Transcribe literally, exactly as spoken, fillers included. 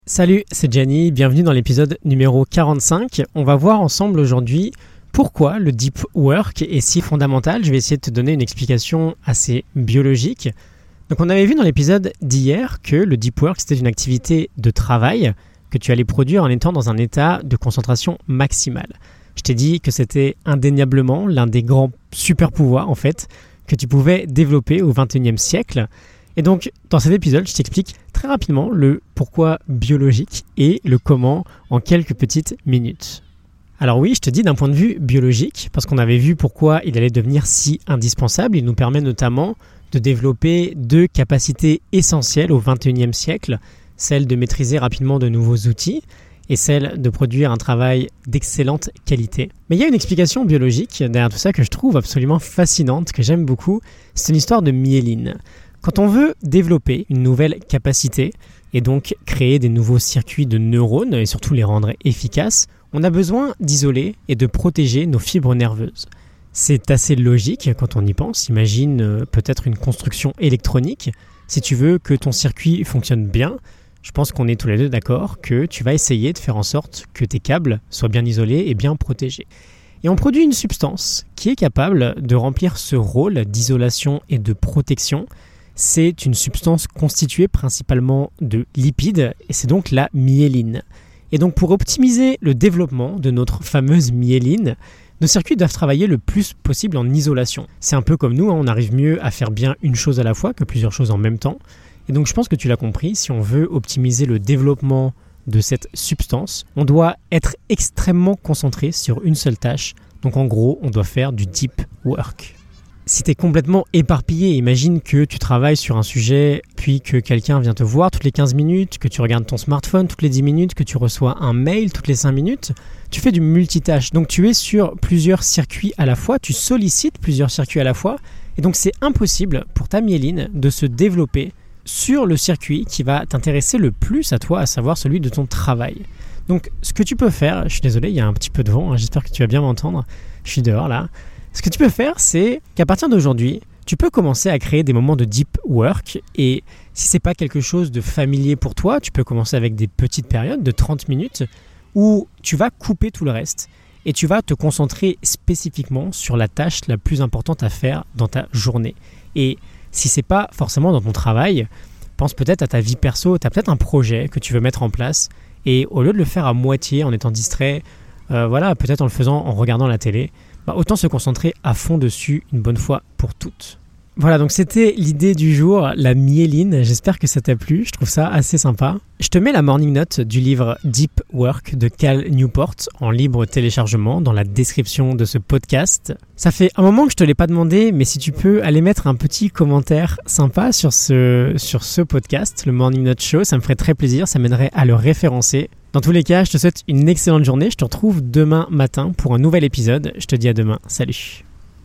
Salut, c'est Gianni, bienvenue dans l'épisode numéro quarante-cinq. On va voir ensemble aujourd'hui pourquoi le deep work est si fondamental. Je vais essayer de te donner une explication assez biologique. Donc on avait vu dans l'épisode d'hier que le deep work c'était une activité de travail que tu allais produire en étant dans un état de concentration maximale. Je t'ai dit que c'était indéniablement l'un des grands super pouvoirs en fait que tu pouvais développer au vingt et unième siècle. Et donc, dans cet épisode, je t'explique très rapidement le pourquoi biologique et le comment en quelques petites minutes. Alors oui, je te dis d'un point de vue biologique, parce qu'on avait vu pourquoi il allait devenir si indispensable. Il nous permet notamment de développer deux capacités essentielles au vingt et unième siècle, celle de maîtriser rapidement de nouveaux outils et celle de produire un travail d'excellente qualité. Mais il y a une explication biologique derrière tout ça que je trouve absolument fascinante, que j'aime beaucoup. C'est une histoire de myéline. Quand on veut développer une nouvelle capacité et donc créer des nouveaux circuits de neurones et surtout les rendre efficaces, on a besoin d'isoler et de protéger nos fibres nerveuses. C'est assez logique quand on y pense. Imagine euh, peut-être une construction électronique. Si tu veux que ton circuit fonctionne bien, je pense qu'on est tous les deux d'accord que tu vas essayer de faire en sorte que tes câbles soient bien isolés et bien protégés. Et on produit une substance qui est capable de remplir ce rôle d'isolation et de protection. C'est une substance constituée principalement de lipides et c'est donc la myéline. Et donc pour optimiser le développement de notre fameuse myéline, nos circuits doivent travailler le plus possible en isolation. C'est un peu comme nous, hein, on arrive mieux à faire bien une chose à la fois que plusieurs choses en même temps. Et donc je pense que tu l'as compris, si on veut optimiser le développement de cette substance, on doit être extrêmement concentré sur une seule tâche. Donc en gros, on doit faire du deep work. Si tu es complètement éparpillé, imagine que tu travailles sur un sujet, puis que quelqu'un vient te voir toutes les quinze minutes, que tu regardes ton smartphone toutes les dix minutes, que tu reçois un mail toutes les cinq minutes, tu fais du multitâche. Donc tu es sur plusieurs circuits à la fois, tu sollicites plusieurs circuits à la fois, et donc c'est impossible pour ta myéline de se développer sur le circuit qui va t'intéresser le plus à toi, à savoir celui de ton travail. Donc ce que tu peux faire, je suis désolé, il y a un petit peu de vent, hein, j'espère que tu vas bien m'entendre, je suis dehors là. Ce que tu peux faire, c'est qu'à partir d'aujourd'hui, tu peux commencer à créer des moments de deep work et si ce n'est pas quelque chose de familier pour toi, tu peux commencer avec des petites périodes de trente minutes où tu vas couper tout le reste et tu vas te concentrer spécifiquement sur la tâche la plus importante à faire dans ta journée. Et si ce n'est pas forcément dans ton travail, pense peut-être à ta vie perso, tu as peut-être un projet que tu veux mettre en place et au lieu de le faire à moitié en étant distrait, euh, voilà, peut-être en le faisant en regardant la télé, bah, autant se concentrer à fond dessus une bonne fois pour toutes. Voilà, donc c'était l'idée du jour, la myéline. J'espère que ça t'a plu, je trouve ça assez sympa. Je te mets la morning note du livre Deep Work de Cal Newport en libre téléchargement dans la description de ce podcast. Ça fait un moment que je te l'ai pas demandé, mais si tu peux aller mettre un petit commentaire sympa sur ce, sur ce podcast, le Morning Note Show, ça me ferait très plaisir, ça m'aiderait à le référencer. Dans tous les cas, je te souhaite une excellente journée. Je te retrouve demain matin pour un nouvel épisode. Je te dis à demain. Salut.